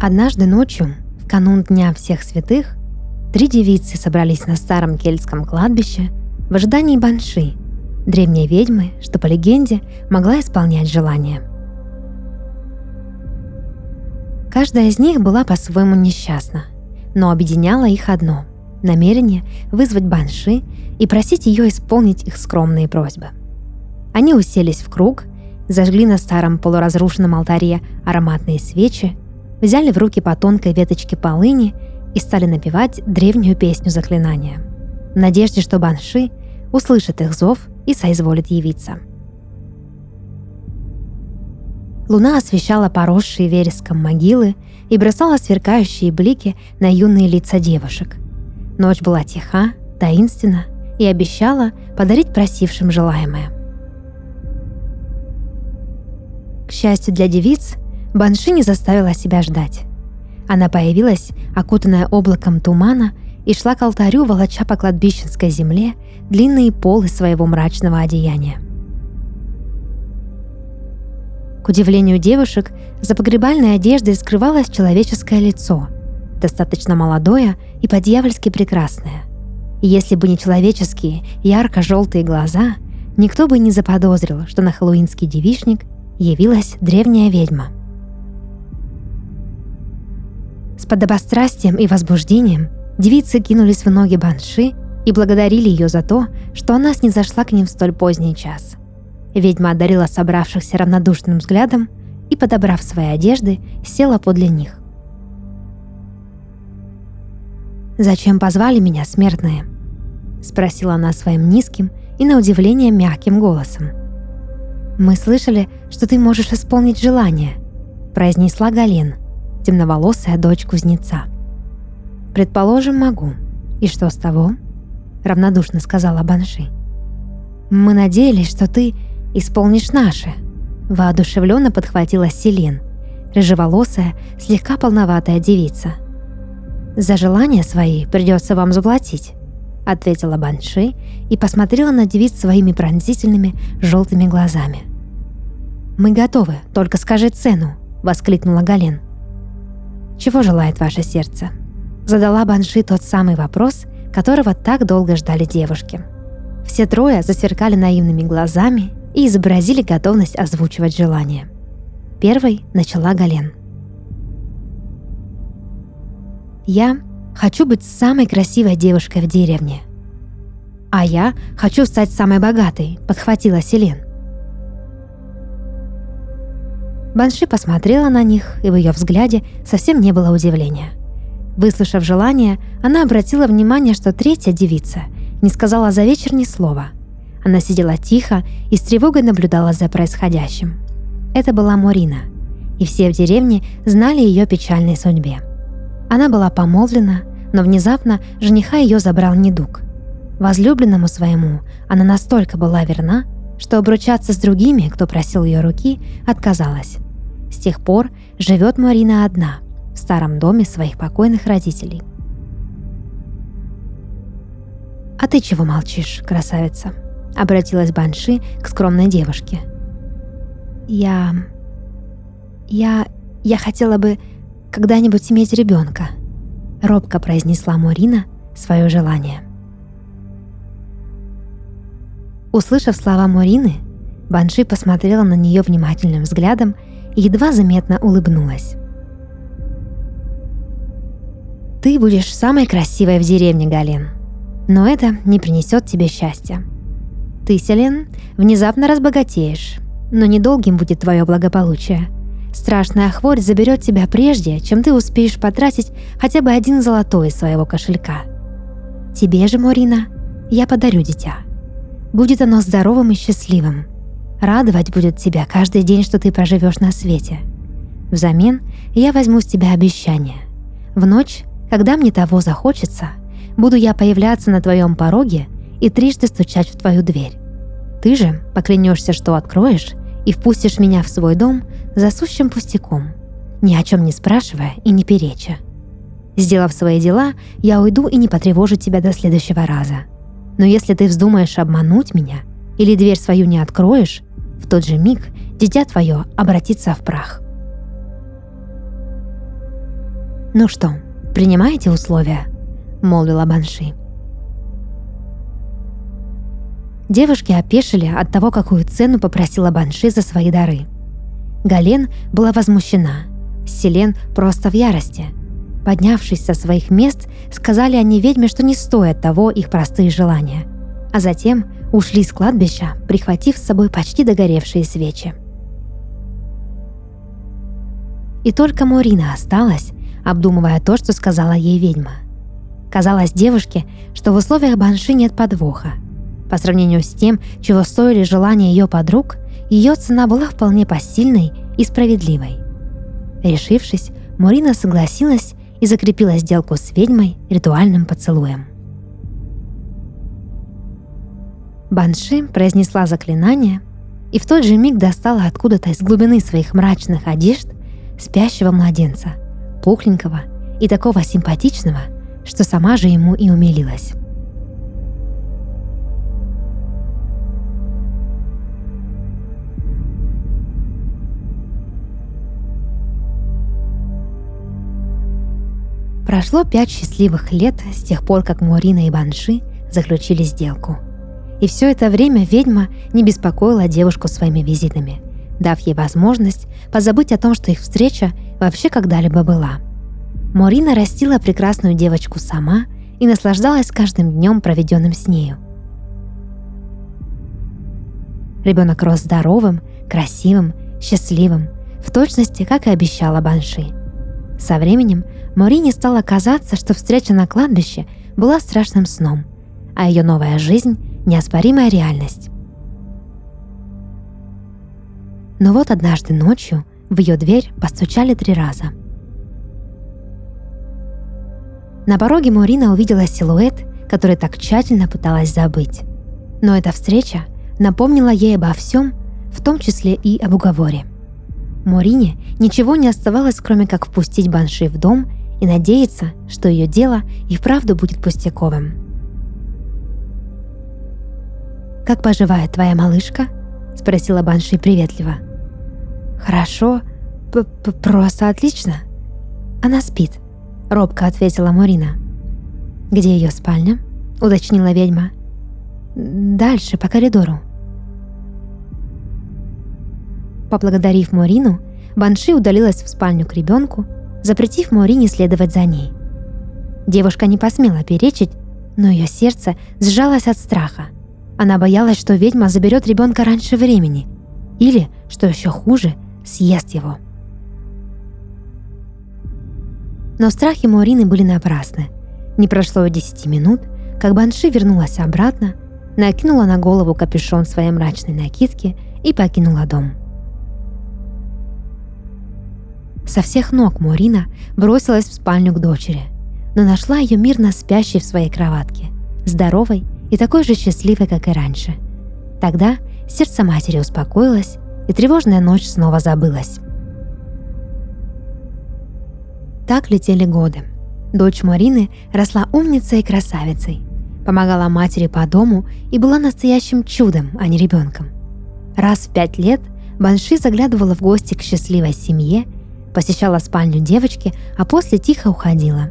Однажды ночью, в канун Дня всех святых, 3 девицы собрались на старом кельтском кладбище в ожидании банши, древней ведьмы, что по легенде могла исполнять желания. Каждая из них была по-своему несчастна, но объединяло их одно – намерение вызвать банши и просить ее исполнить их скромные просьбы. Они уселись в круг, зажгли на старом полуразрушенном алтаре ароматные свечи, взяли в руки по тонкой веточке полыни и стали напевать древнюю песню заклинания, в надежде, что банши услышит их зов и соизволит явиться. Луна освещала поросшие вереском могилы и бросала сверкающие блики на юные лица девушек. Ночь была тиха, таинственна и обещала подарить просившим желаемое. К счастью для девиц, банши не заставила себя ждать. Она появилась, окутанная облаком тумана, и шла к алтарю, волоча по кладбищенской земле длинные полы своего мрачного одеяния. К удивлению девушек, за погребальной одеждой скрывалось человеческое лицо, достаточно молодое и по-дьявольски прекрасное. И если бы не человеческие ярко-желтые глаза, никто бы не заподозрил, что на хэллоуинский девичник явилась древняя ведьма. С подобострастием и возбуждением девицы кинулись в ноги банши и благодарили ее за то, что она снизошла к ним в столь поздний час. Ведьма одарила собравшихся равнодушным взглядом и, подобрав свои одежды, села подле них. «Зачем позвали меня, смертные?» — спросила она своим низким и, на удивление, мягким голосом. «Мы слышали, что ты можешь исполнить желание», — произнесла Гален, темноволосая дочь кузнеца. «Предположим, могу. И что с того?» — равнодушно сказала банши. «Мы надеялись, что ты исполнишь наше», — воодушевленно подхватила Селен, рыжеволосая, слегка полноватая девица. «За желания свои придется вам заплатить», — ответила банши и посмотрела на девиц своими пронзительными желтыми глазами. «Мы готовы, только скажи цену», — воскликнула Гален. «Чего желает ваше сердце?» — задала банши тот самый вопрос, которого так долго ждали девушки. Все трое засверкали наивными глазами и изобразили готовность озвучивать желание. Первой начала Гален. «Я хочу быть самой красивой девушкой в деревне». «А я хочу стать самой богатой», — подхватила Селен. Банши посмотрела на них, и в ее взгляде совсем не было удивления. Выслушав желание, она обратила внимание, что третья девица не сказала за вечер ни слова. Она сидела тихо и с тревогой наблюдала за происходящим. Это была Морина, и все в деревне знали ее печальной судьбе. Она была помолвлена, но внезапно жениха ее забрал недуг. Возлюбленному своему она настолько была верна, что обручаться с другими, кто просил ее руки, отказалась. С тех пор живет Морина одна, в старом доме своих покойных родителей. «А ты чего молчишь, красавица?» — обратилась банши к скромной девушке. Я хотела бы когда-нибудь иметь ребенка», — робко произнесла Морина свое желание. Услышав слова Морины, банши посмотрела на нее внимательным взглядом и едва заметно улыбнулась. «Ты будешь самой красивой в деревне, Гален, но это не принесет тебе счастья. Ты, Селен, внезапно разбогатеешь, но недолгим будет твое благополучие. Страшная хворь заберет тебя прежде, чем ты успеешь потратить хотя бы 1 золотой из своего кошелька. Тебе же, Морина, я подарю дитя. Будет оно здоровым и счастливым. Радовать будет тебя каждый день, что ты проживешь на свете. Взамен я возьму с тебя обещание. В ночь, когда мне того захочется, буду я появляться на твоем пороге и 3 стучать в твою дверь. Ты же поклянешься, что откроешь и впустишь меня в свой дом за сущим пустяком, ни о чем не спрашивая и не переча. Сделав свои дела, я уйду и не потревожу тебя до следующего раза. Но если ты вздумаешь обмануть меня или дверь свою не откроешь, в тот же миг дитя твое обратится в прах». «Ну что, принимаете условия?» – молвила Банши. Девушки опешили от того, какую цену попросила Банши за свои дары. Гален была возмущена, Селен просто в ярости. Поднявшись со своих мест, сказали они ведьме, что не стоят того их простые желания, а затем ушли с кладбища, прихватив с собой почти догоревшие свечи. И только Морина осталась, обдумывая то, что сказала ей ведьма. Казалось девушке, что в условиях Банши нет подвоха. По сравнению с тем, чего стоили желания ее подруг, ее цена была вполне посильной и справедливой. Решившись, Морина согласилась и закрепила сделку с ведьмой ритуальным поцелуем. Банши произнесла заклинание и в тот же миг достала откуда-то из глубины своих мрачных одежд спящего младенца, пухленького и такого симпатичного, что сама же ему и умилилась. Прошло 5 счастливых лет с тех пор, как Морина и Банши заключили сделку. И все это время ведьма не беспокоила девушку своими визитами, дав ей возможность позабыть о том, что их встреча вообще когда-либо была. Морина растила прекрасную девочку сама и наслаждалась каждым днем, проведенным с нею. Ребенок рос здоровым, красивым, счастливым, в точности, как и обещала Банши. Со временем Морине стало казаться, что встреча на кладбище была страшным сном, а ее новая жизнь – неоспоримая реальность. Но вот однажды ночью в ее дверь постучали 3 раза. На пороге Морина увидела силуэт, который так тщательно пыталась забыть. Но эта встреча напомнила ей обо всем, в том числе и об уговоре. Морине ничего не оставалось, кроме как впустить Банши в дом и надеяться, что ее дело и вправду будет пустяковым. «Как поживает твоя малышка?» – спросила Банши приветливо. «Хорошо, просто отлично. Она спит», – робко ответила Морина. «Где ее спальня?» – уточнила ведьма. «Дальше, по коридору». Поблагодарив Морину, Банши удалилась в спальню к ребенку, запретив Морине следовать за ней. Девушка не посмела перечить, но ее сердце сжалось от страха. Она боялась, что ведьма заберет ребенка раньше времени или, что еще хуже, съест его. Но страхи Морины были напрасны. Не прошло и 10 минут, как Банши вернулась обратно, накинула на голову капюшон своей мрачной накидки и покинула дом. Со всех ног Морина бросилась в спальню к дочери, но нашла ее мирно спящей в своей кроватке, здоровой и такой же счастливой, как и раньше. Тогда сердце матери успокоилось, и тревожная ночь снова забылась. Так летели годы. Дочь Морины росла умницей и красавицей, помогала матери по дому и была настоящим чудом, а не ребенком. Раз в 5 лет Банши заглядывала в гости к счастливой семье, посещала спальню девочки, а после тихо уходила.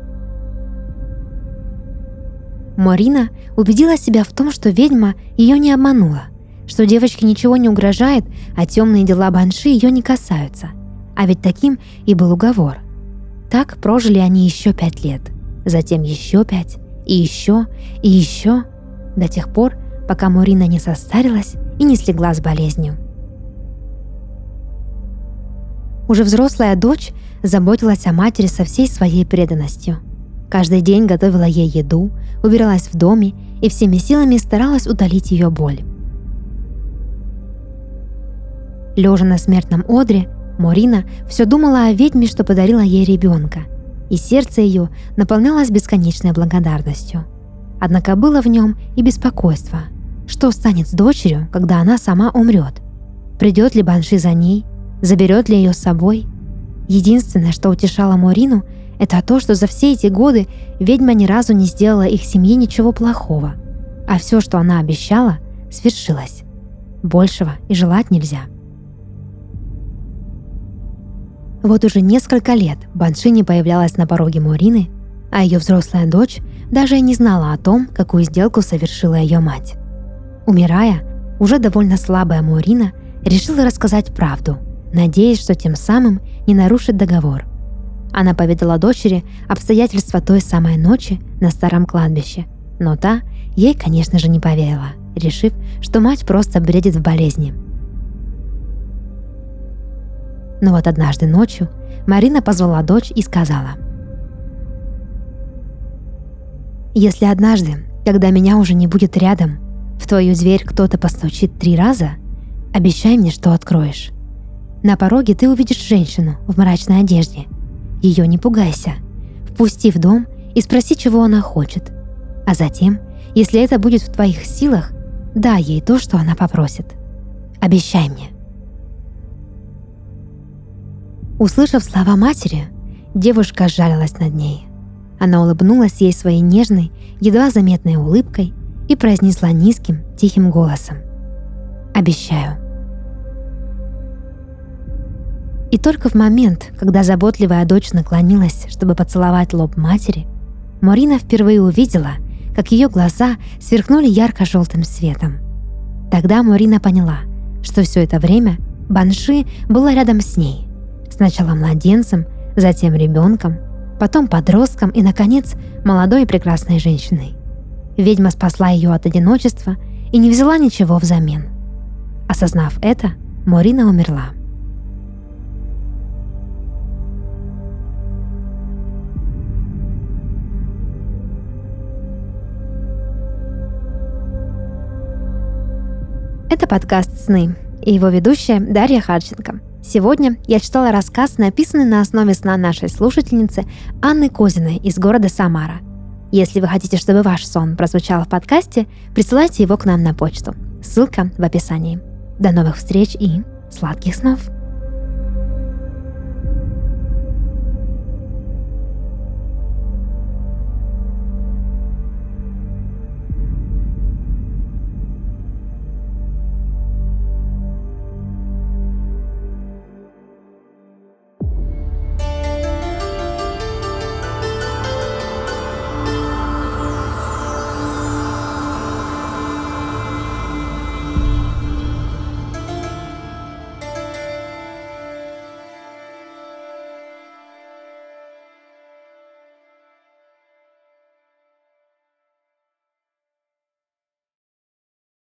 Морина убедила себя в том, что ведьма ее не обманула, что девочке ничего не угрожает, а темные дела Банши ее не касаются. А ведь таким и был уговор. Так прожили они еще 5 лет, затем еще 5, и еще, до тех пор, пока Морина не состарилась и не слегла с болезнью. Уже взрослая дочь заботилась о матери со всей своей преданностью. Каждый день готовила ей еду, убиралась в доме и всеми силами старалась утолить ее боль. Лежа на смертном одре, Морина все думала о ведьме, что подарила ей ребенка, и сердце ее наполнялось бесконечной благодарностью. Однако было в нем и беспокойство. Что станет с дочерью, когда она сама умрет? Придет ли Банши за ней? Заберет ли ее с собой? Единственное, что утешало Морину, это то, что за все эти годы ведьма ни разу не сделала их семье ничего плохого, а все, что она обещала, свершилось. Большего и желать нельзя. Вот уже несколько лет Банши не появлялась на пороге Морины, а ее взрослая дочь даже и не знала о том, какую сделку совершила ее мать. Умирая, уже довольно слабая Морина решила рассказать правду, надеясь, что тем самым не нарушит договор. Она поведала дочери обстоятельства той самой ночи на старом кладбище, но та ей, конечно же, не поверила, решив, что мать просто бредит в болезни. Но вот однажды ночью Марина позвала дочь и сказала: «Если однажды, когда меня уже не будет рядом, в твою дверь кто-то постучит 3 раза, обещай мне, что откроешь. На пороге ты увидишь женщину в мрачной одежде. Ее не пугайся. Впусти в дом и спроси, чего она хочет. А затем, если это будет в твоих силах, дай ей то, что она попросит. Обещай мне». Услышав слова матери, девушка сжалилась над ней. Она улыбнулась ей своей нежной, едва заметной улыбкой и произнесла низким, тихим голосом: «Обещаю». И только в момент, когда заботливая дочь наклонилась, чтобы поцеловать лоб матери, Морина впервые увидела, как ее глаза сверкнули ярко-желтым светом. Тогда Морина поняла, что все это время Банши была рядом с ней. Сначала младенцем, затем ребенком, потом подростком и, наконец, молодой и прекрасной женщиной. Ведьма спасла ее от одиночества и не взяла ничего взамен. Осознав это, Морина умерла. Это подкаст «Сны» и его ведущая Дарья Харченко. Сегодня я читала рассказ, написанный на основе сна нашей слушательницы Анны Козиной из города Самара. Если вы хотите, чтобы ваш сон прозвучал в подкасте, присылайте его к нам на почту. Ссылка в описании. До новых встреч и сладких снов!